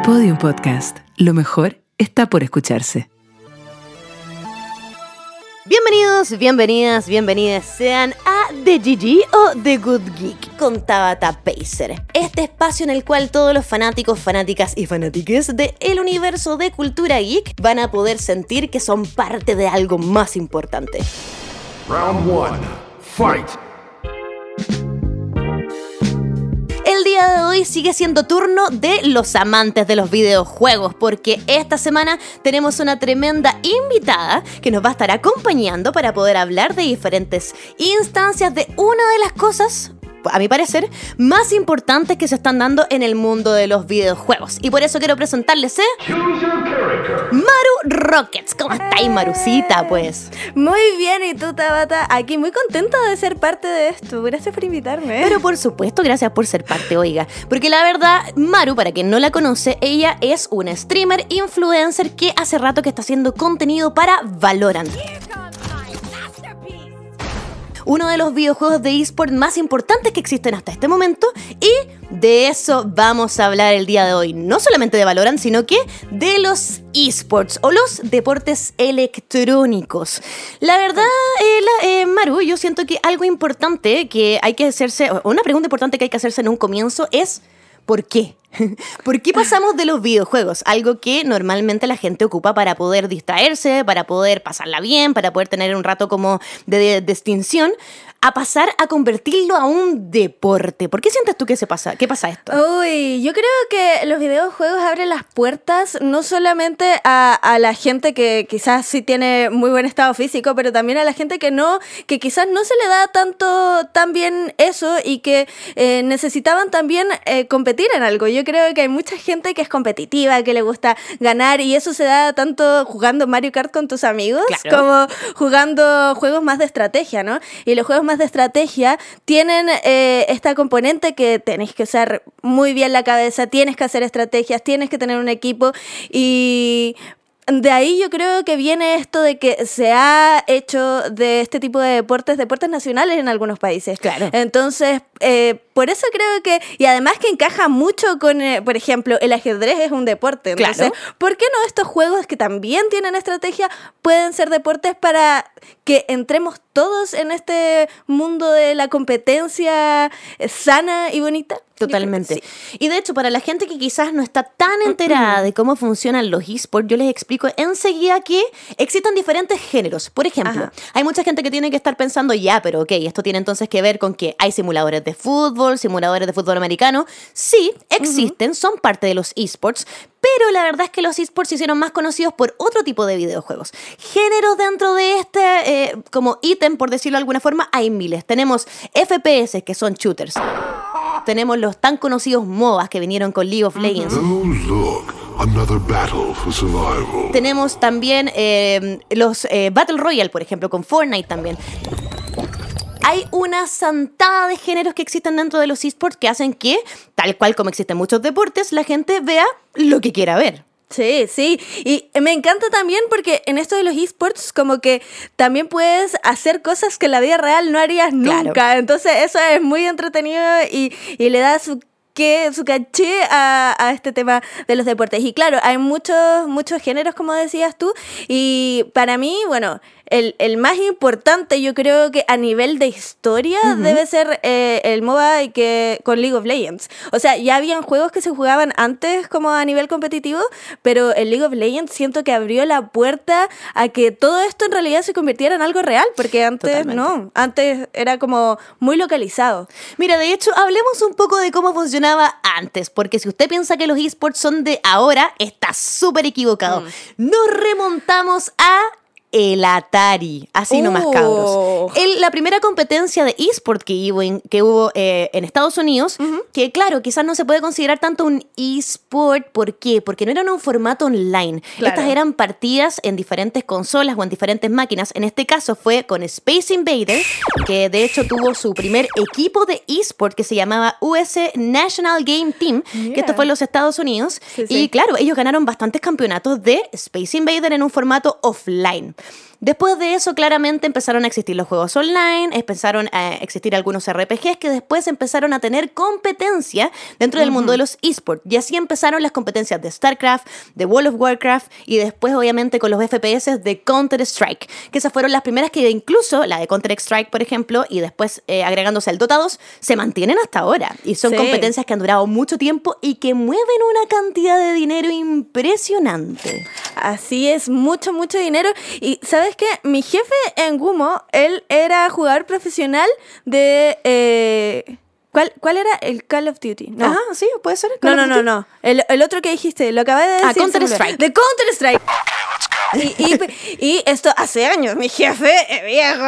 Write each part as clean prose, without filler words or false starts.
Podium Podcast. Lo mejor está por escucharse. Bienvenidos, bienvenidas, bienvenidas sean a The GG o The Good Geek con Tabata Pacer. Este espacio en el cual todos los fanáticos, fanáticas y fanatiques del universo de cultura geek van a poder sentir que son parte de algo más importante. Round 1. Fight! El día de hoy sigue siendo turno de los amantes de los videojuegos, porque esta semana tenemos una tremenda invitada que nos va a estar acompañando para poder hablar de diferentes instancias de una de las cosas, a mi parecer, más importantes que se están dando en el mundo de los videojuegos. Y por eso quiero presentarles Maru Rockets. ¿Cómo estáis, Marucita, pues? Muy bien, ¿y tú, Tabata? Aquí muy contenta de ser parte de esto. Gracias por invitarme. Pero por supuesto, gracias por ser parte, oiga. Porque la verdad, Maru, para quien no la conoce, ella es una streamer, influencer que hace rato que está haciendo contenido para Valorant, uno de los videojuegos de eSport más importantes que existen hasta este momento, y de eso vamos a hablar el día de hoy. No solamente de Valorant, sino que de los eSports o los deportes electrónicos. La verdad, Maru, yo siento que algo importante que hay que hacerse, una pregunta importante que hay que hacerse en un comienzo es ¿por qué? ¿Por qué pasamos de los videojuegos? Algo que normalmente la gente ocupa para poder distraerse, para poder pasarla bien, para poder tener un rato como de distinción, a pasar a convertirlo a un deporte. ¿Por qué sientes tú que pasa esto? Uy, yo creo que los videojuegos abren las puertas no solamente a la gente que quizás sí tiene muy buen estado físico, pero también a la gente que quizás no se le da tan bien eso y que necesitaban también competir en algo. Yo creo que hay mucha gente que es competitiva, que le gusta ganar, y eso se da tanto jugando Mario Kart con tus amigos, claro, como jugando juegos más de estrategia, ¿no? Y los juegos más de estrategia tienen esta componente que tenés que usar muy bien la cabeza, tienes que hacer estrategias, tienes que tener un equipo, y de ahí yo creo que viene esto de que se ha hecho de este tipo de deportes nacionales en algunos países. Claro. Entonces, por eso creo que, y además que encaja mucho con, por ejemplo, el ajedrez es un deporte. Entonces, claro, ¿por qué no estos juegos que también tienen estrategia pueden ser deportes para que entremos todos en este mundo de la competencia sana y bonita? Totalmente. Sí. Y de hecho, para la gente que quizás no está tan enterada de cómo funcionan los eSports, yo les explico enseguida que existen diferentes géneros. Por ejemplo, hay mucha gente que tiene que estar pensando, ya, pero ok, esto tiene entonces que ver con que hay simuladores de fútbol americano. Sí, existen, son parte de los eSports, pero la verdad es que los eSports se hicieron más conocidos por otro tipo de videojuegos. Géneros dentro de este, como ítem, por decirlo de alguna forma, hay miles. Tenemos FPS, que son shooters. Tenemos los tan conocidos MOBAs que vinieron con League of Legends. Oh, look, another battle for survival. Tenemos también los Battle Royale, por ejemplo, con Fortnite también. Hay una santada de géneros que existen dentro de los eSports que hacen que, tal cual como existen muchos deportes, la gente vea lo que quiera ver. Sí, sí, y me encanta también porque en esto de los eSports como que también puedes hacer cosas que en la vida real no harías nunca, claro. Entonces eso es muy entretenido y le da su caché a este tema de los deportes. Y claro, hay muchos géneros, como decías tú, y para mí, bueno, el más importante yo creo que a nivel de historia debe ser el MOBA con League of Legends. O sea, ya habían juegos que se jugaban antes como a nivel competitivo, pero el League of Legends siento que abrió la puerta a que todo esto en realidad se convirtiera en algo real, porque antes antes era como muy localizado. Mira, de hecho, hablemos un poco de cómo funcionaba antes, porque si usted piensa que los eSports son de ahora, está súper equivocado. Nos remontamos a el Atari, así nomás, cabros. La primera competencia de eSport que hubo en Estados Unidos, que claro, quizás no se puede considerar tanto un eSport. ¿Por qué? Porque no eran un formato online. Claro. Estas eran partidas en diferentes consolas o en diferentes máquinas. En este caso fue con Space Invaders, que de hecho tuvo su primer equipo de eSport que se llamaba US National Game Team, que esto fue en los Estados Unidos. Sí, y claro, ellos ganaron bastantes campeonatos de Space Invader en un formato offline. Después de eso, claramente empezaron a existir los juegos online, empezaron a existir algunos RPGs que después empezaron a tener competencia dentro del mundo de los esports. Y así empezaron las competencias de StarCraft, de World of Warcraft y después, obviamente, con los FPS de Counter-Strike, que esas fueron las primeras que incluso, la de Counter-Strike, por ejemplo, y después agregándose al Dota 2, se mantienen hasta ahora. Y son competencias que han durado mucho tiempo y que mueven una cantidad de dinero impresionante. Así es, mucho, mucho dinero. Y ¿sabes qué? Mi jefe en Gumo, él era jugador profesional de... ¿Cuál era? El Call of Duty. No. Ah, sí, puede ser. No. El otro que dijiste, lo acabé de decir. Counter-Strike. De Counter-Strike. Y esto hace años, mi jefe viejo.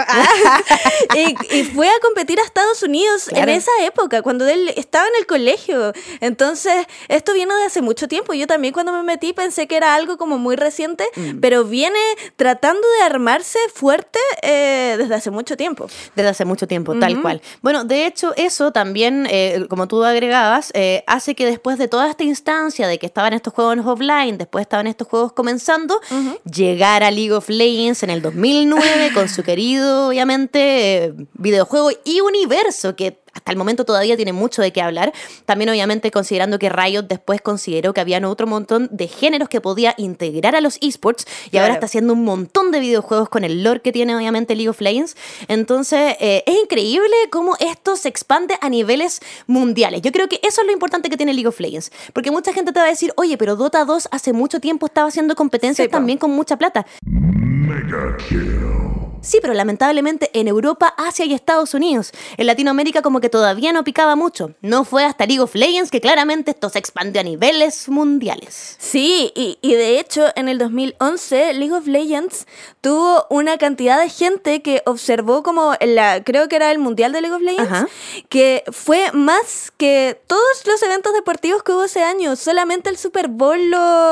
Y fue a competir a Estados Unidos en esa época, cuando él estaba en el colegio. Entonces, esto viene de hace mucho tiempo. Yo también cuando me metí pensé que era algo como muy reciente, pero viene tratando de armarse fuerte desde hace mucho tiempo. Desde hace mucho tiempo, tal cual. Bueno, de hecho, eso también, como tú agregabas, hace que después de toda esta instancia de que estaban estos juegos offline, después estaban estos juegos comenzando, llegara League of Legends en el 2009 con su querido, obviamente, videojuego y universo que hasta el momento todavía tiene mucho de qué hablar. También, obviamente, considerando que Riot después consideró que habían otro montón de géneros que podía integrar a los esports y ahora está haciendo un montón de videojuegos con el lore que tiene, obviamente, League of Legends. Entonces, es increíble cómo esto se expande a niveles mundiales. Yo creo que eso es lo importante que tiene League of Legends. Porque mucha gente te va a decir, oye, pero Dota 2 hace mucho tiempo estaba haciendo competencias también con mucha plata. Mega kill. Sí, pero lamentablemente en Europa, Asia y Estados Unidos. En Latinoamérica como que todavía no picaba mucho. No fue hasta League of Legends que claramente esto se expandió a niveles mundiales. Sí, y de hecho en el 2011 League of Legends tuvo una cantidad de gente que observó como creo que era el Mundial de League of Legends, que fue más que todos los eventos deportivos que hubo ese año. Solamente el Super Bowl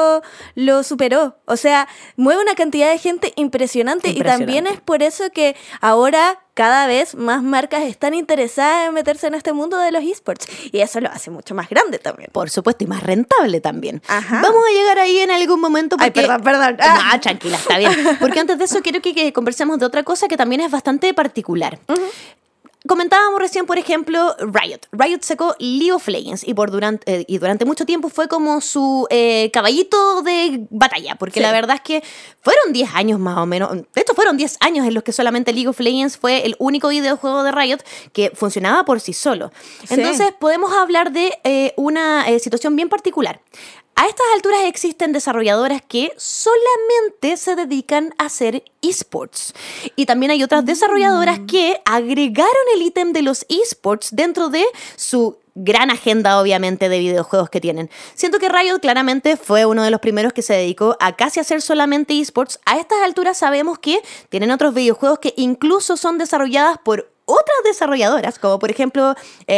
lo superó. O sea, mueve una cantidad de gente impresionante. Y también es por eso que ahora cada vez más marcas están interesadas en meterse en este mundo de los esports. Y eso lo hace mucho más grande también. Por supuesto, y más rentable también. Vamos a llegar ahí en algún momento porque... Ay, perdón. No, tranquila, está bien. Porque antes de eso quiero que conversemos de otra cosa que también es bastante particular. Comentábamos recién, por ejemplo, Riot. Riot sacó League of Legends y durante mucho tiempo fue como su caballito de batalla, porque la verdad es que fueron 10 años más o menos, de hecho fueron 10 años en los que solamente League of Legends fue el único videojuego de Riot que funcionaba por sí solo. Entonces podemos hablar de una situación bien particular. A estas alturas existen desarrolladoras que solamente se dedican a hacer esports. Y también hay otras desarrolladoras que agregaron el ítem de los esports dentro de su gran agenda, obviamente, de videojuegos que tienen. Siento que Riot claramente fue uno de los primeros que se dedicó a casi hacer solamente esports. A estas alturas sabemos que tienen otros videojuegos que incluso son desarrolladas por otras desarrolladoras, como por ejemplo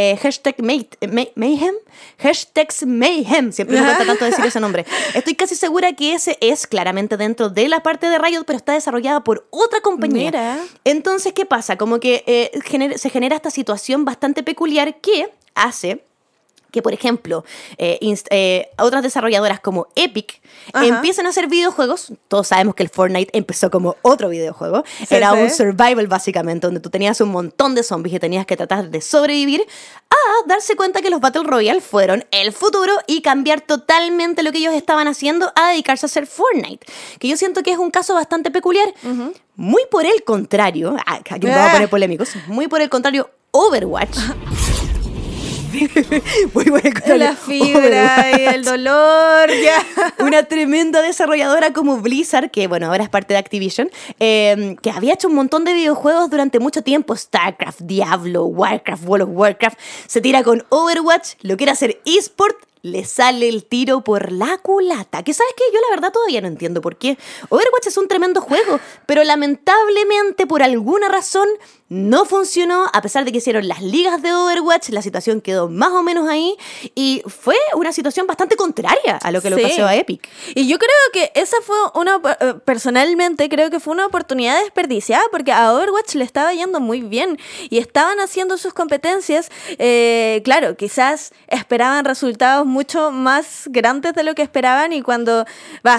Mayhem, Hashtags Mayhem, siempre me cuesta tanto decir ese nombre. Estoy casi segura que ese es claramente dentro de la parte de Riot, pero está desarrollada por otra compañía. Mira. Entonces, ¿qué pasa? Como que se genera esta situación bastante peculiar que hace que, por ejemplo, otras desarrolladoras como Epic empiezan a hacer videojuegos. Todos sabemos que el Fortnite empezó como otro videojuego. Era un survival, básicamente, donde tú tenías un montón de zombies y tenías que tratar de sobrevivir, a darse cuenta que los Battle Royale fueron el futuro y cambiar totalmente lo que ellos estaban haciendo a dedicarse a hacer Fortnite. Que yo siento que es un caso bastante peculiar. Muy por el contrario, aquí me voy a poner polémicos, muy por el contrario, Overwatch... Muy buena cosa. La fibra y el dolor. Una tremenda desarrolladora como Blizzard, que bueno, ahora es parte de Activision, que había hecho un montón de videojuegos durante mucho tiempo. StarCraft, Diablo, Warcraft, World of Warcraft. Se tira con Overwatch, lo quiere hacer eSport, le sale el tiro por la culata. Que sabes que yo la verdad todavía no entiendo por qué. Overwatch es un tremendo juego, pero lamentablemente por alguna razón no funcionó. A pesar de que hicieron las ligas de Overwatch, la situación quedó más o menos ahí y fue una situación bastante contraria a lo que le pasó a Epic. Y yo creo que esa fue personalmente creo que fue una oportunidad desperdiciada, porque a Overwatch le estaba yendo muy bien y estaban haciendo sus competencias. Claro, quizás esperaban resultados mucho más grandes de lo que esperaban y cuando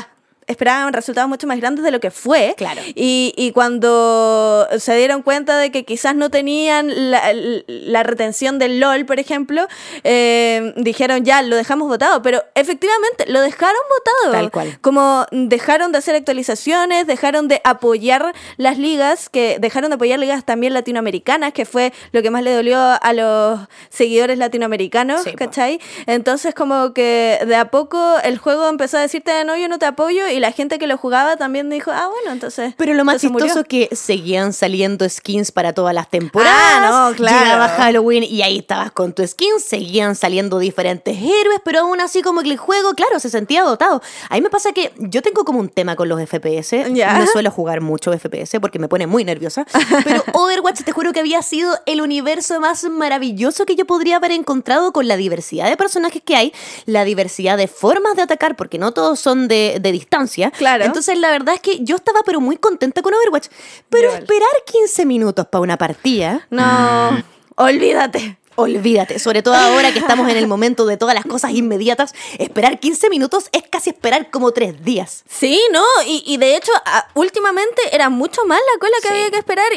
esperaban resultados mucho más grandes de lo que fue. Claro. Y cuando se dieron cuenta de que quizás no tenían la retención del LOL, por ejemplo, dijeron ya, lo dejamos votado. Pero efectivamente, lo dejaron votado. Tal cual. Como dejaron de hacer actualizaciones, dejaron de apoyar las ligas, que dejaron de apoyar ligas también latinoamericanas, que fue lo que más le dolió a los seguidores latinoamericanos, Sí, ¿cachai? Entonces como que de a poco el juego empezó a decirte, no, yo no te apoyo, y la gente que lo jugaba también dijo, bueno, entonces... Pero lo más entonces chistoso murió. es que seguían saliendo skins para todas las temporadas. No, claro. Llegaba Halloween y ahí estabas con tu skin. Seguían saliendo diferentes héroes, pero aún así como que el juego, claro, se sentía dotado. A mí me pasa que yo tengo como un tema con los FPS. ¿Ya? No suelo jugar mucho FPS porque me pone muy nerviosa. Pero Overwatch, te juro que había sido el universo más maravilloso que yo podría haber encontrado, con la diversidad de personajes que hay, la diversidad de formas de atacar, porque no todos son de distancia. Claro. Entonces la verdad es que yo estaba pero muy contenta con Overwatch. Pero Igual. esperar 15 minutos para una partida, No, olvídate. olvídate. Sobre todo ahora que estamos en el momento de todas las cosas inmediatas, esperar 15 minutos es casi esperar como 3 días. Sí, ¿no? Y de hecho, últimamente era mucho más la cola que Sí. había que esperar.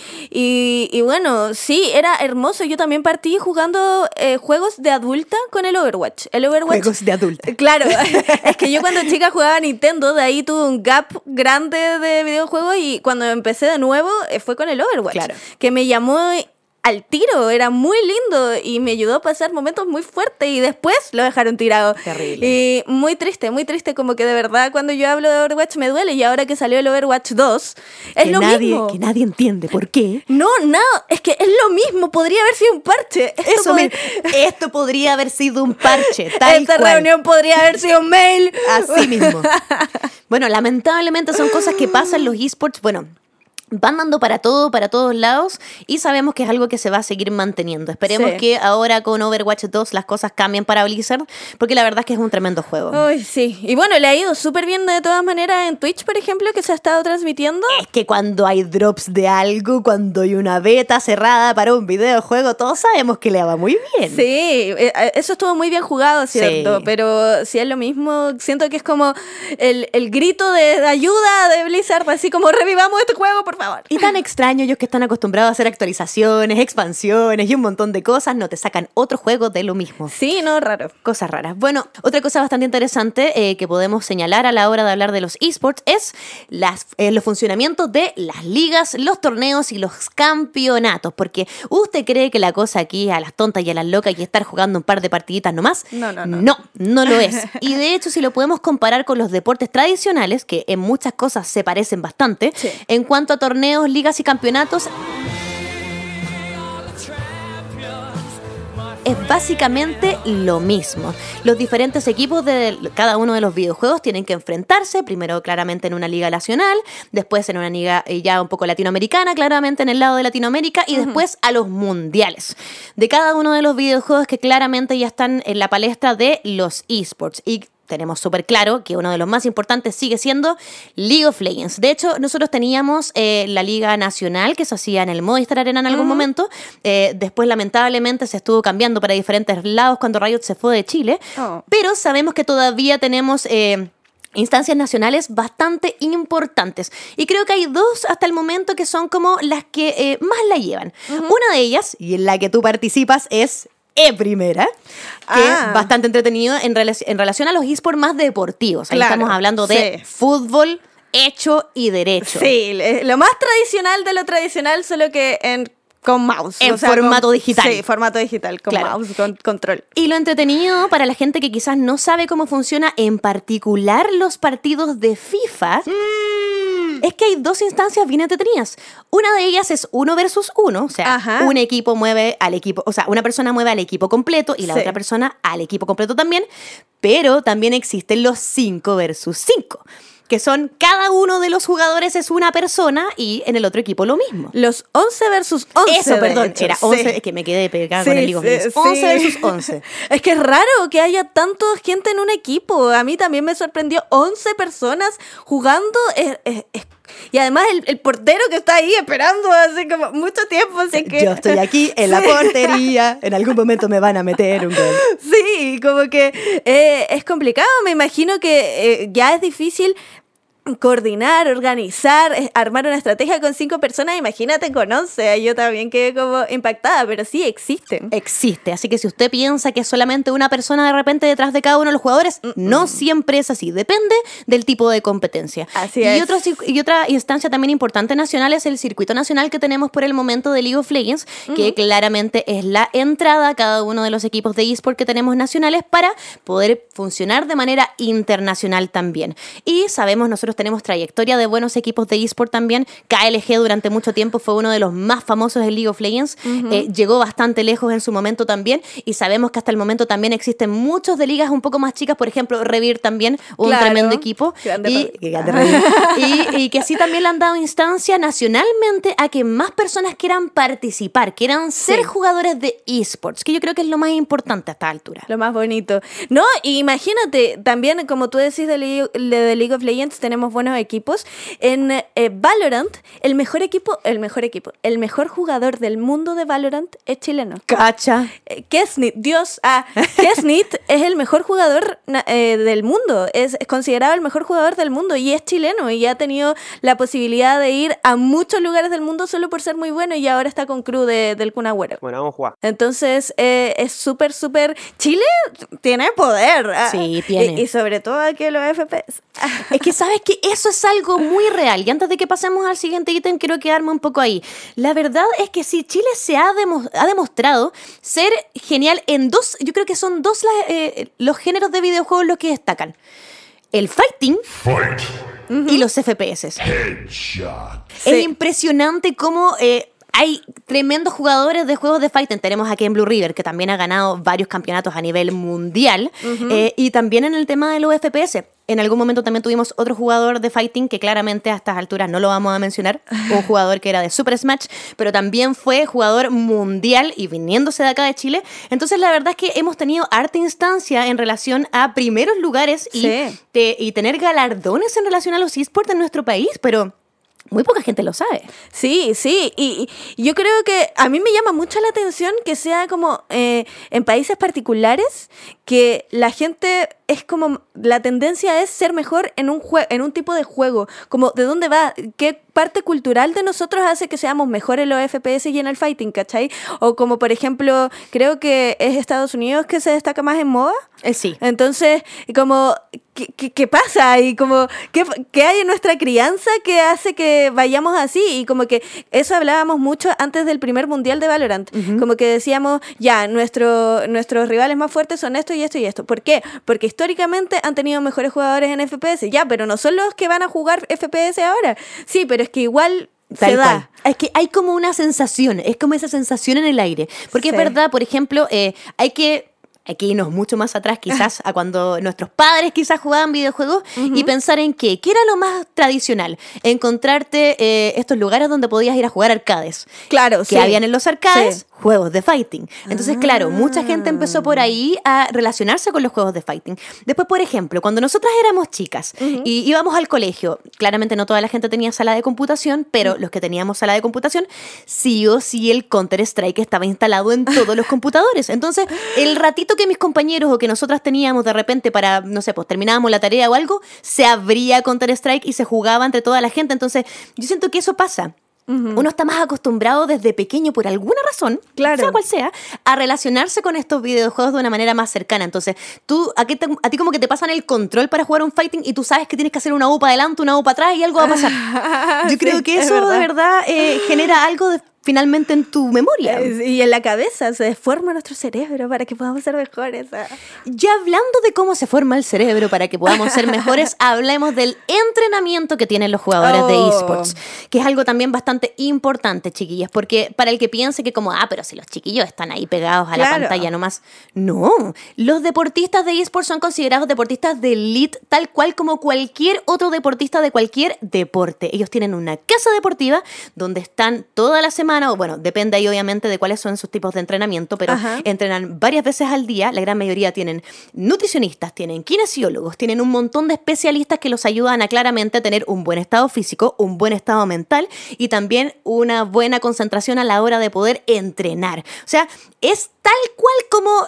Y bueno, sí, era hermoso. Yo también partí jugando juegos de adulta con el Overwatch. El Overwatch... Juegos de adulta. Claro, es que yo cuando chica jugaba a Nintendo, de ahí tuve un gap grande de videojuegos, y cuando empecé de nuevo fue con el Overwatch. Claro. Que me llamó al tiro, era muy lindo y me ayudó a pasar momentos muy fuertes, y después lo dejaron tirado. Terrible. Y muy triste, como que de verdad cuando yo hablo de Overwatch me duele, y ahora que salió el Overwatch 2, es lo mismo. Que nadie entiende por qué. No, es que es lo mismo, podría haber sido un parche. Esto podría haber sido un parche, tal Esta cual. reunión podría haber sido un mail. Así mismo. Bueno, lamentablemente son cosas que pasan. Los esports, bueno, van dando para todos lados, y sabemos que es algo que se va a seguir manteniendo. Esperemos Sí. que ahora con Overwatch 2 las cosas cambien para Blizzard, porque la verdad es que es un tremendo juego. Uy, sí. Y bueno, le ha ido súper bien de todas maneras en Twitch, por ejemplo, que se ha estado transmitiendo. Es que cuando hay drops de algo, cuando hay una beta cerrada para un videojuego, todos sabemos que le va muy bien. Sí, eso estuvo muy bien jugado, ¿cierto? Sí. Pero si es lo mismo, siento que es como el grito de ayuda de Blizzard, así como revivamos este juego, por favor. Y tan extraño, ellos que están acostumbrados a hacer actualizaciones, expansiones y un montón de cosas, no te sacan otro juego de lo mismo. Sí, no, raro. Cosas raras. Bueno, otra cosa bastante interesante que podemos señalar a la hora de hablar de los esports es los funcionamientos de las ligas, los torneos y los campeonatos. Porque usted cree que la cosa aquí a las tontas y a las locas y estar jugando un par de partiditas nomás. No. No lo es. Y de hecho, si lo podemos comparar con los deportes tradicionales, que en muchas cosas se parecen bastante, Sí. en cuanto a torneos, ligas y campeonatos, es básicamente lo mismo. Los diferentes equipos de cada uno de los videojuegos tienen que enfrentarse, primero claramente en una liga nacional, después en una liga ya un poco latinoamericana, claramente en el lado de Latinoamérica, y después a los mundiales de cada uno de los videojuegos que claramente ya están en la palestra de los esports. Y tenemos súper claro que uno de los más importantes sigue siendo League of Legends. De hecho, nosotros teníamos la Liga Nacional que se hacía en el Movistar Arena en algún momento. Después, lamentablemente, se estuvo cambiando para diferentes lados cuando Riot se fue de Chile. Oh. Pero sabemos que todavía tenemos instancias nacionales bastante importantes. Y creo que hay dos hasta el momento que son como las que más la llevan. Una de ellas, y en la que tú participas, es E-Primera, que es bastante entretenido en relación a los esports más deportivos. Ahí Claro, estamos hablando de sí. fútbol hecho y derecho. Sí, lo más tradicional de lo tradicional, solo que con mouse. En formato digital. Sí, formato digital, con Claro. mouse, con control. Y lo entretenido para la gente que quizás no sabe cómo funciona en particular los partidos de FIFA es que hay dos instancias bien entretenidas. Una de ellas es 1 versus 1, o sea, Ajá. un equipo mueve al equipo, o sea, una persona mueve al equipo completo y la Sí. otra persona al equipo completo también, pero también existen los 5 versus 5, que son cada uno de los jugadores es una persona y en el otro equipo lo mismo. Los 11 versus 11. Eso, de perdón, hecho, era sí. 11, es que me quedé pegada con el League of Legends. sí. 11 versus 11. Es que es raro que haya tanta gente en un equipo. A mí también me sorprendió 11 personas jugando. Y además el portero que está ahí esperando así como mucho tiempo. Así que... Yo estoy aquí en la portería, en algún momento me van a meter un gol. Sí, como que es complicado. Me imagino que ya es difícil coordinar, organizar, armar una estrategia con 5 personas, imagínate con 11. Yo también quedé como impactada, pero sí existen. Existe, así que si usted piensa que es solamente una persona de repente detrás de cada uno de los jugadores, no siempre es así, depende del tipo de competencia. Así y es. Otra instancia también importante nacional es el circuito nacional que tenemos por el momento de League of Legends, que claramente es la entrada a cada uno de los equipos de eSport que tenemos nacionales para poder funcionar de manera internacional también. Y sabemos, nosotros tenemos trayectoria de buenos equipos de eSport también. KLG durante mucho tiempo fue uno de los más famosos en League of Legends. Llegó bastante lejos en su momento también. Y sabemos que hasta el momento también existen muchos de ligas un poco más chicas. Por ejemplo, Revir también, un tremendo equipo. Y que así también le han dado instancia nacionalmente a que más personas quieran participar, quieran ser jugadores de eSports, que yo creo que es lo más importante a esta altura. Lo más bonito. No, imagínate, también como tú decís de League of Legends, tenemos buenos equipos. En Valorant, el mejor jugador del mundo de Valorant es chileno. Cacha. Kesnit, Kesnit es el mejor jugador del mundo, es considerado el mejor jugador del mundo y es chileno y ha tenido la posibilidad de ir a muchos lugares del mundo solo por ser muy bueno y ahora está con crew del Kun Agüero. Bueno, vamos a jugar. Entonces es súper, súper... Chile tiene poder. Sí, tiene. Y sobre todo aquí en los FPS. Es que sabes que eso es algo muy real. Y antes de que pasemos al siguiente ítem, quiero quedarme un poco ahí. La verdad es que sí, Chile se ha demostrado ser genial en dos, yo creo que son dos los géneros de videojuegos los que destacan. El fighting y los FPS. Headshot. Es impresionante cómo... hay tremendos jugadores de juegos de fighting. Tenemos aquí en Blue River, que también ha ganado varios campeonatos a nivel mundial. Y también en el tema de los FPS. En algún momento también tuvimos otro jugador de fighting que claramente a estas alturas no lo vamos a mencionar. Un jugador que era de Super Smash, pero también fue jugador mundial y viniéndose de acá de Chile. Entonces la verdad es que hemos tenido harta instancia en relación a primeros lugares y tener galardones en relación a los eSports en nuestro país, pero... muy poca gente lo sabe. Sí, y yo creo que a mí me llama mucho la atención que sea como en países particulares que la gente es como, la tendencia es ser mejor en un tipo de juego, como de dónde va, qué parte cultural de nosotros hace que seamos mejores en los FPS y en el fighting, ¿cachai? O como por ejemplo, creo que es Estados Unidos que se destaca más en MOBA. Sí. Entonces, como, ¿qué pasa? Y como, ¿qué hay en nuestra crianza que hace que vayamos así? Y como que eso hablábamos mucho antes del primer mundial de Valorant. Como que decíamos, ya, nuestros rivales más fuertes son esto y esto y esto. ¿Por qué? Porque históricamente han tenido mejores jugadores en FPS. Ya, pero no son los que van a jugar FPS ahora. Sí, pero es que igual... se da. Es que hay como una sensación, es como esa sensación en el aire. Porque es verdad, por ejemplo, hay que irnos mucho más atrás quizás a cuando nuestros padres quizás jugaban videojuegos y pensar en qué era lo más tradicional, encontrarte estos lugares donde podías ir a jugar arcades. Claro, que habían en los arcades juegos de fighting. Entonces, claro, mucha gente empezó por ahí a relacionarse con los juegos de fighting. Después, por ejemplo, cuando nosotras éramos chicas y íbamos al colegio, claramente no toda la gente tenía sala de computación, pero los que teníamos sala de computación, sí o sí el Counter-Strike estaba instalado en todos los computadores. Entonces, el ratito que mis compañeros o que nosotras teníamos de repente para, no sé, pues terminábamos la tarea o algo, se abría Counter-Strike y se jugaba entre toda la gente. Entonces, yo siento que eso pasa. Uno está más acostumbrado desde pequeño, por alguna razón, sea cual sea, a relacionarse con estos videojuegos de una manera más cercana. Entonces, a ti como que te pasan el control para jugar un fighting y tú sabes que tienes que hacer una U para adelante, una U para atrás y algo va a pasar. Yo creo que eso de verdad genera algo finalmente en tu memoria. Y en la cabeza se forma nuestro cerebro para que podamos ser mejores. Ya hablando de cómo se forma el cerebro para que podamos ser mejores, hablemos del entrenamiento que tienen los jugadores de eSports, que es algo también bastante importante, chiquillas, porque para el que piense que como, pero si los chiquillos están ahí pegados a la pantalla nomás, no, los deportistas de eSports son considerados deportistas de elite, tal cual como cualquier otro deportista de cualquier deporte. Ellos tienen una casa deportiva donde están toda la semana, o bueno, depende ahí obviamente de cuáles son sus tipos de entrenamiento, pero entrenan varias veces al día. La gran mayoría tienen nutricionistas, tienen kinesiólogos, tienen un montón de especialistas que los ayudan a claramente tener un buen estado físico, un buen estado mental y también una buena concentración a la hora de poder entrenar. O sea, es tal cual como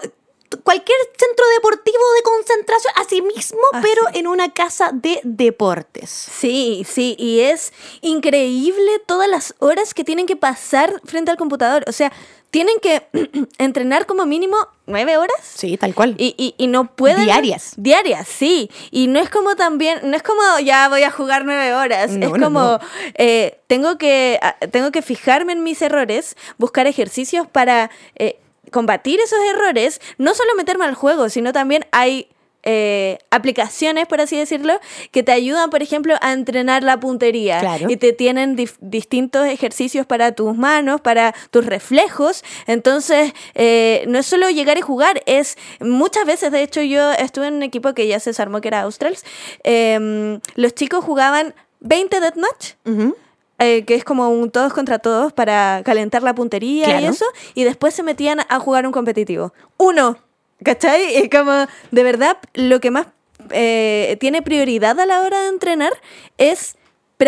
cualquier centro deportivo de concentración, así mismo, pero en una casa de deportes. Sí, y es increíble todas las horas que tienen que pasar frente al computador. O sea, tienen que entrenar como mínimo 9 horas. Sí, tal cual. Y no pueden... Diarias, sí. Y no es como ya voy a jugar 9 horas. Tengo que fijarme en mis errores, buscar ejercicios para combatir esos errores, no solo meterme al juego, sino también hay aplicaciones, por así decirlo, que te ayudan, por ejemplo, a entrenar la puntería. Claro. Y te tienen distintos ejercicios para tus manos, para tus reflejos. Entonces, no es solo llegar y jugar, es muchas veces, de hecho, yo estuve en un equipo que ya se desarmó, que era Australs. Los chicos jugaban 20 deathmatch. Uh-huh. Que es como un todos contra todos para calentar la puntería. Claro. Y eso, y después se metían a jugar un competitivo. ¿Cachai? Es como, de verdad, lo que más tiene prioridad a la hora de entrenar es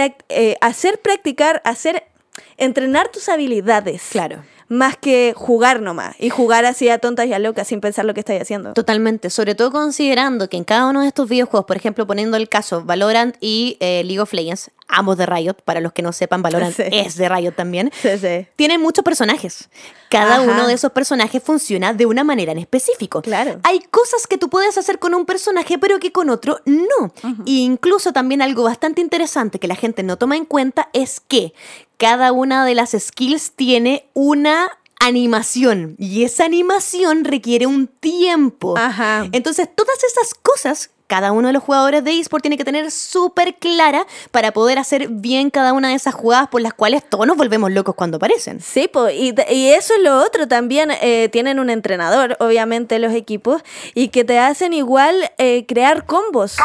entrenar tus habilidades. Claro. Más que jugar nomás. Y jugar así a tontas y a locas sin pensar lo que estáis haciendo. Totalmente. Sobre todo considerando que en cada uno de estos videojuegos, por ejemplo, poniendo el caso Valorant y League of Legends, ambos de Riot, para los que no sepan, Valorant es de Riot también, tienen muchos personajes. Cada uno de esos personajes funciona de una manera en específico. Claro. Hay cosas que tú puedes hacer con un personaje, pero que con otro no. Uh-huh. E incluso también algo bastante interesante que la gente no toma en cuenta es que cada una de las skills tiene una animación y esa animación requiere un tiempo. Ajá. Entonces, todas esas cosas cada uno de los jugadores de eSport tiene que tener súper clara para poder hacer bien cada una de esas jugadas por las cuales todos nos volvemos locos cuando aparecen. Sí, y eso es lo otro. También tienen un entrenador, obviamente, los equipos, y que te hacen igual crear combos.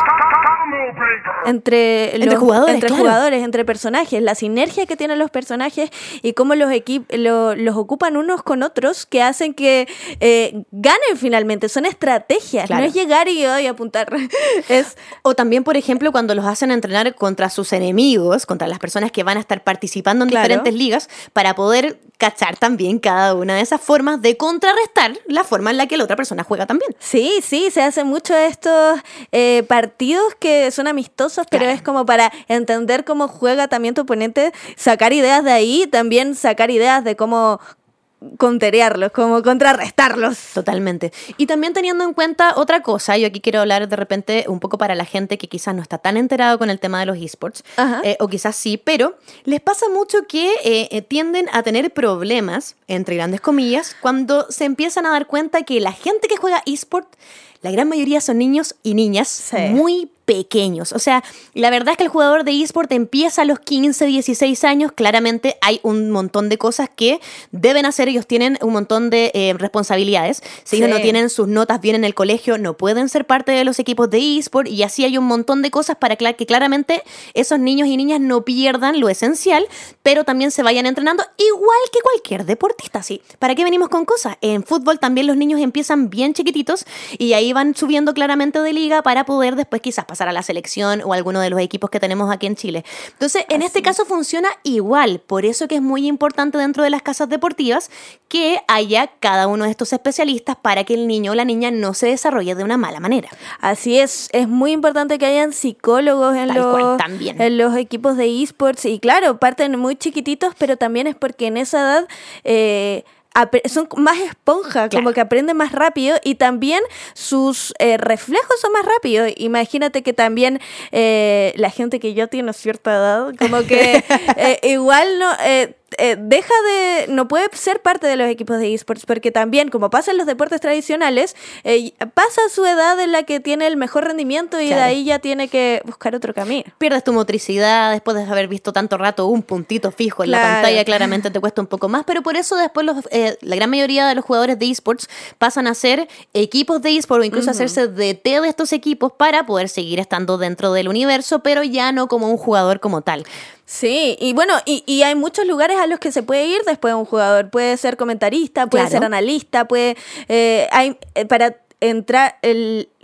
Entre jugadores, entre personajes, la sinergia que tienen los personajes y cómo los ocupan unos con otros que hacen que ganen finalmente. Son estrategias, claro. No es llegar y apuntar. O también, por ejemplo, cuando los hacen entrenar contra sus enemigos, contra las personas que van a estar participando en diferentes ligas, para poder cachar también cada una de esas formas de contrarrestar la forma en la que la otra persona juega también. Sí, se hacen mucho estos partidos que son amistosos, pero es como para entender cómo juega también tu oponente, sacar ideas de ahí, también sacar ideas de cómo conterearlos, como contrarrestarlos. Totalmente. Y también teniendo en cuenta otra cosa, yo aquí quiero hablar de repente un poco para la gente que quizás no está tan enterado con el tema de los esports, o quizás sí, pero les pasa mucho que tienden a tener problemas, entre grandes comillas, cuando se empiezan a dar cuenta que la gente que juega esport, la gran mayoría son niños y niñas muy pequeños. O sea, la verdad es que el jugador de eSport empieza a los 15, 16 años. Claramente hay un montón de cosas que deben hacer. Ellos tienen un montón de responsabilidades. Si ellos no tienen sus notas bien en el colegio, no pueden ser parte de los equipos de eSport. Y así hay un montón de cosas para que claramente esos niños y niñas no pierdan lo esencial, pero también se vayan entrenando igual que cualquier deportista. ¿Sí? ¿Para qué venimos con cosas? En fútbol también los niños empiezan bien chiquititos y ahí van subiendo claramente de liga para poder después quizás pasar a la selección o a alguno de los equipos que tenemos aquí en Chile. Entonces, en este caso funciona igual. Por eso que es muy importante dentro de las casas deportivas que haya cada uno de estos especialistas para que el niño o la niña no se desarrolle de una mala manera. Así es muy importante que hayan psicólogos en los equipos de esports. Y claro, parten muy chiquititos, pero también es porque en esa edad son más esponja, como que aprenden más rápido y también sus reflejos son más rápidos. Imagínate que también la gente que ya tiene cierta edad, como que igual no puede ser parte de los equipos de esports, porque también, como pasa en los deportes tradicionales, pasa su edad en la que tiene el mejor rendimiento y de ahí ya tiene que buscar otro camino. Pierdes tu motricidad después de haber visto tanto rato un puntito fijo en la pantalla, claramente te cuesta un poco más, pero por eso después la gran mayoría de los jugadores de esports pasan a ser equipos de esports o incluso hacerse DT de estos equipos para poder seguir estando dentro del universo, pero ya no como un jugador como tal. Sí, y bueno, y hay muchos lugares a los que se puede ir después un jugador. Puede ser comentarista, puede ser analista, para entrar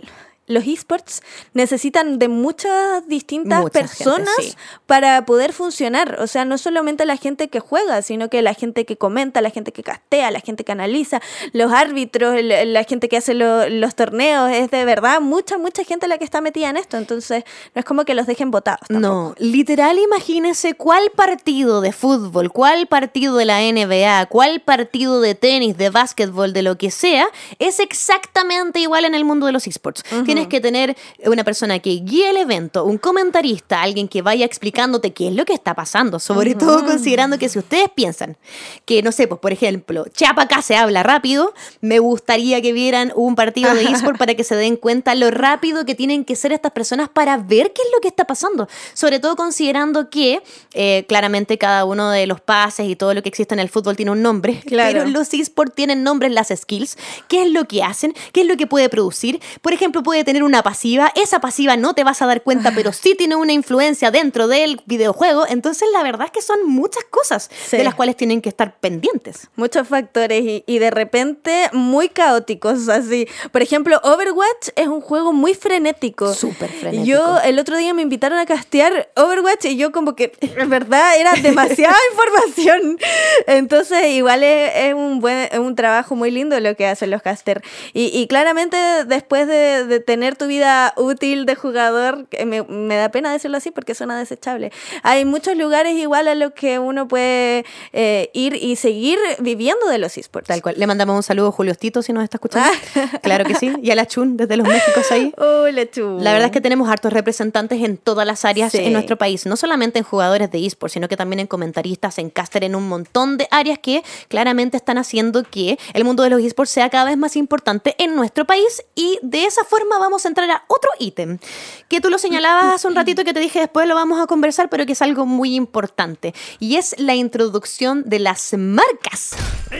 los esports necesitan de muchas distintas Mucha personas gente, sí. para poder funcionar. O sea, no solamente la gente que juega, sino que la gente que comenta, la gente que castea, la gente que analiza, los árbitros, la gente que hace los torneos. Es de verdad mucha gente la que está metida en esto. Entonces, no es como que los dejen botados tampoco. No, literal, imagínense cuál partido de fútbol, cuál partido de la NBA, cuál partido de tenis, de básquetbol, de lo que sea, es exactamente igual en el mundo de los esports. Tienes que tener una persona que guíe el evento, un comentarista, alguien que vaya explicándote qué es lo que está pasando, sobre todo considerando que si ustedes piensan que, no sé, pues por ejemplo, Chiapa acá se habla rápido, me gustaría que vieran un partido de eSport para que se den cuenta lo rápido que tienen que ser estas personas para ver qué es lo que está pasando, sobre todo considerando que claramente cada uno de los pases y todo lo que existe en el fútbol tiene un nombre, Claro. pero los eSports tienen nombres las skills, qué es lo que hacen, qué es lo que puede producir. Por ejemplo, puede tener una pasiva, esa pasiva no te vas a dar cuenta, pero sí tiene una influencia dentro del videojuego. Entonces la verdad es que son muchas cosas Sí. de las cuales tienen que estar pendientes. Muchos factores y de repente muy caóticos, así. Por ejemplo, Overwatch es un juego muy frenético. Súper frenético. Yo el otro día me invitaron a castear Overwatch y yo como que, en verdad, era demasiada información. Entonces, igual es un trabajo muy lindo lo que hacen los casters. Y claramente, después de tener tu vida útil de jugador, que me da pena decirlo así porque suena desechable, hay muchos lugares igual a los que uno puede ir y seguir viviendo de los esports. Tal cual. Le mandamos un saludo a Julio Tito si nos está escuchando. Claro que sí. Y a la Chun desde los Méxicos ahí. Hola, Chu. La verdad es que tenemos hartos representantes en todas las áreas Sí. en nuestro país, no solamente en jugadores de eSports, sino que también en comentaristas, en caster, en un montón de áreas que claramente están haciendo que el mundo de los eSports sea cada vez más importante en nuestro país, y de esa forma vamos a entrar a otro ítem, que tú lo señalabas hace un ratito y que te dije después lo vamos a conversar, pero que es algo muy importante, y es la introducción de las marcas.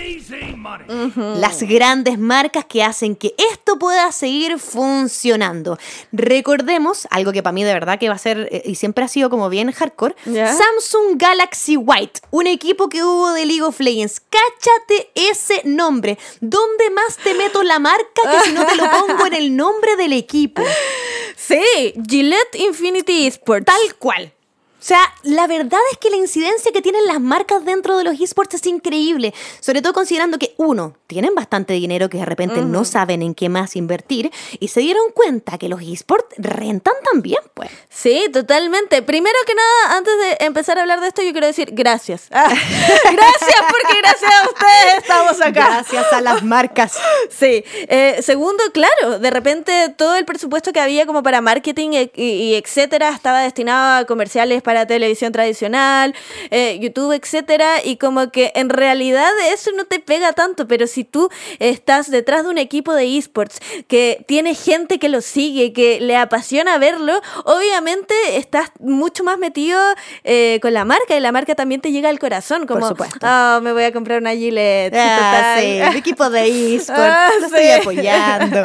Las grandes marcas que hacen que esto pueda seguir funcionando. Recordemos, algo que para mí de verdad que va a ser, y siempre ha sido como bien hardcore, ¿Ya? Samsung Galaxy White, un equipo que hubo de League of Legends. Cáchate ese nombre. ¿Dónde más te meto la marca que si no te lo pongo en el nombre del equipo? Sí, Gillette Infinity Esports. Tal cual. O sea, la verdad es que la incidencia que tienen las marcas dentro de los esports es increíble, sobre todo considerando que, uno, tienen bastante dinero que de repente no saben en qué más invertir, y se dieron cuenta que los esports rentan también, pues. Sí, totalmente. Primero que nada, antes de empezar a hablar de esto, yo quiero decir gracias. Gracias, porque gracias a ustedes estamos acá. Gracias a las marcas. Sí. Segundo, claro, de repente todo el presupuesto que había como para marketing y etcétera estaba destinado a comerciales para televisión tradicional, YouTube, etcétera, y como que en realidad eso no te pega tanto, pero si tú estás detrás de un equipo de esports que tiene gente que lo sigue, que le apasiona verlo, obviamente estás mucho más metido con la marca, y la marca también te llega al corazón, como, Por supuesto. me voy a comprar una Gillette. Sí, Ah, total. sí, el equipo de esports, lo Sí. estoy apoyando.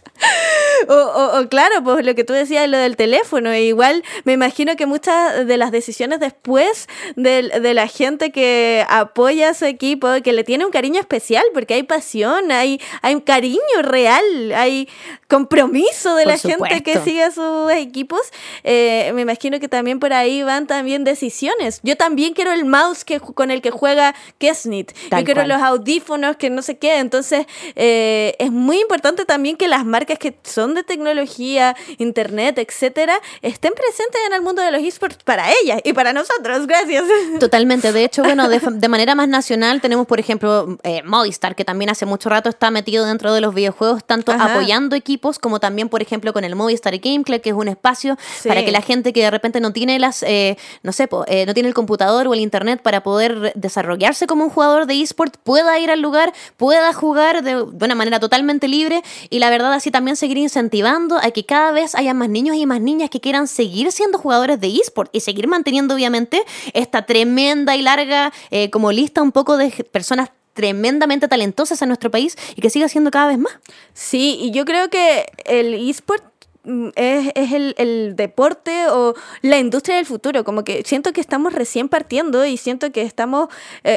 O claro, pues lo que tú decías, lo del teléfono, igual me imagino que muchas de las decisiones después de la gente que apoya a su equipo, que le tiene un cariño especial, porque hay pasión, hay un cariño real, hay compromiso de Por la gente supuesto. que sigue a sus equipos, me imagino que también por ahí van también decisiones. Yo también quiero el mouse con el que juega Kesnit, Tal yo quiero cual. los audífonos que no sé qué, entonces es muy importante también que las marcas que son de tecnología, internet, etcétera, estén presentes en el mundo de los esports para ellas y para nosotros. Gracias. Totalmente. De hecho, bueno, de manera más nacional tenemos, por ejemplo, Movistar, que también hace mucho rato está metido dentro de los videojuegos, tanto Ajá. apoyando equipos como también, por ejemplo, con el Movistar Game Club, que es un espacio Sí. para que la gente que de repente no tiene no tiene el computador o el internet para poder desarrollarse como un jugador de eSport, pueda ir al lugar, pueda jugar de una manera totalmente libre, y la verdad así también seguir incentivando a que cada vez haya más niños y más niñas que quieran seguir siendo jugadores de eSport y seguir manteniendo obviamente esta tremenda y larga como lista un poco de personas tremendamente talentosas en nuestro país, y que siga siendo cada vez más. Sí, y yo creo que el eSport es el deporte o la industria del futuro. Como que siento que estamos recién partiendo y siento que estamos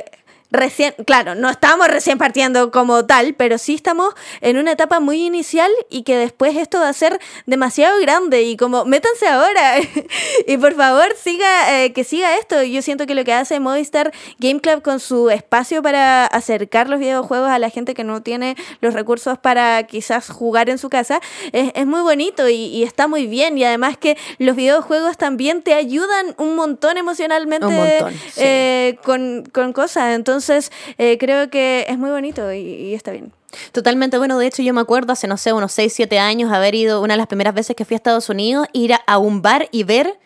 claro, no estamos recién partiendo como tal, pero sí estamos en una etapa muy inicial y que después esto va a ser demasiado grande y como métanse ahora y por favor que siga esto. Yo siento que lo que hace Movistar Game Club con su espacio para acercar los videojuegos a la gente que no tiene los recursos para quizás jugar en su casa es muy bonito y está muy bien, y además que los videojuegos también te ayudan un montón emocionalmente sí. con cosas. Entonces creo que es muy bonito y está bien. Totalmente. Bueno, de hecho yo me acuerdo hace, no sé, unos 6-7 años haber ido, una de las primeras veces que fui a Estados Unidos, ir a un bar y ver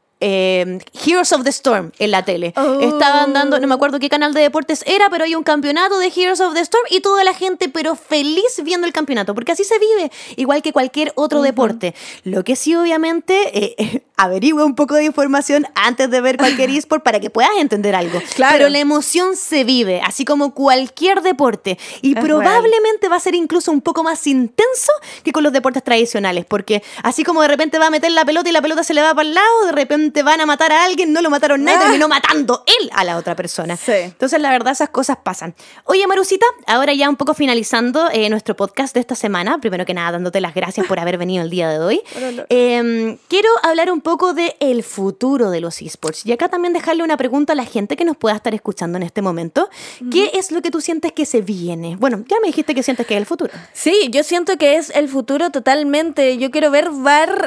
Heroes of the Storm en la tele. Estaban dando, no me acuerdo qué canal de deportes era, pero hay un campeonato de Heroes of the Storm y toda la gente pero feliz viendo el campeonato, porque así se vive, igual que cualquier otro deporte. Lo que sí, obviamente, averigua un poco de información antes de ver cualquier eSport para que puedas entender algo. Claro. Pero la emoción se vive, así como cualquier deporte, y probablemente va a ser incluso un poco más intenso que con los deportes tradicionales, porque así como de repente va a meter la pelota y la pelota se le va para el lado, de repente van a matar a alguien, no lo mataron nadie, terminó matando él a la otra persona. Sí. Entonces, la verdad, esas cosas pasan. Oye, Marucita, ahora ya un poco finalizando nuestro podcast de esta semana, primero que nada, dándote las gracias por haber venido el día de hoy. Quiero hablar un poco del futuro de los eSports, y acá también dejarle una pregunta a la gente que nos pueda estar escuchando en este momento. ¿Qué es lo que tú sientes que se viene? Bueno, ya me dijiste que sientes que es el futuro. Sí, yo siento que es el futuro totalmente. Yo quiero ver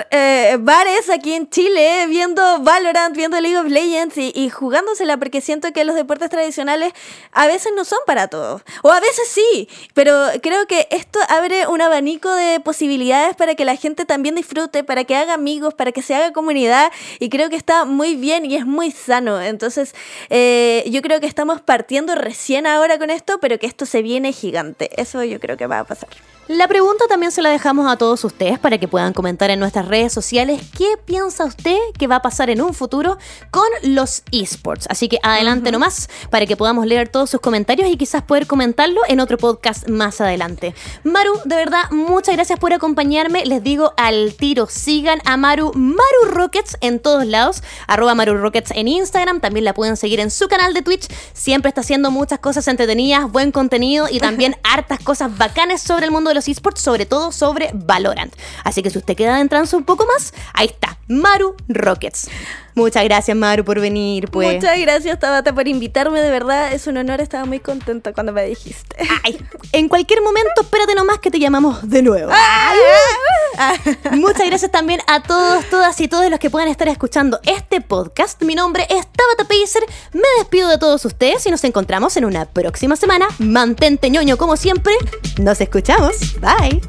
bares aquí en Chile viendo Valorant, viendo League of Legends y jugándosela, porque siento que los deportes tradicionales a veces no son para todos, o a veces sí, pero creo que esto abre un abanico de posibilidades para que la gente también disfrute, para que haga amigos, para que se haga comunidad, y creo que está muy bien y es muy sano. Entonces yo creo que estamos partiendo recién ahora con esto, pero que esto se viene gigante. Eso yo creo que va a pasar. La pregunta también se la dejamos a todos ustedes para que puedan comentar en nuestras redes sociales qué piensa usted que va a pasar en un futuro con los eSports. Así que adelante nomás para que podamos leer todos sus comentarios y quizás poder comentarlo en otro podcast más adelante. Maru, de verdad, muchas gracias por acompañarme. Les digo al tiro, sigan a Maru Rockets en todos lados, @MaruRockets en Instagram. También la pueden seguir en su canal de Twitch. Siempre está haciendo muchas cosas entretenidas, buen contenido y también hartas cosas bacanes sobre el mundo de los eSports, sobre todo sobre Valorant. Así que si usted queda adentrarse un poco más, ahí está, Maru Rockets. Muchas gracias, Maru, por venir, pues. Muchas gracias, Tabata, por invitarme. De verdad, es un honor. Estaba muy contenta cuando me dijiste. Ay, en cualquier momento, espérate nomás que te llamamos de nuevo. Muchas gracias también a todos, todas y todos los que puedan estar escuchando este podcast. Mi nombre es Tabata Pacer. Me despido de todos ustedes y nos encontramos en una próxima semana. Mantente ñoño como siempre. Nos escuchamos. Bye.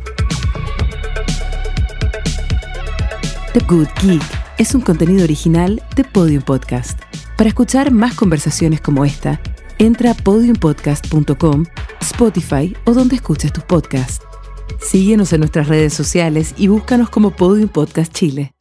The Good Geek es un contenido original de Podium Podcast. Para escuchar más conversaciones como esta, entra a podiumpodcast.com, Spotify o donde escuches tus podcasts. Síguenos en nuestras redes sociales y búscanos como Podium Podcast Chile.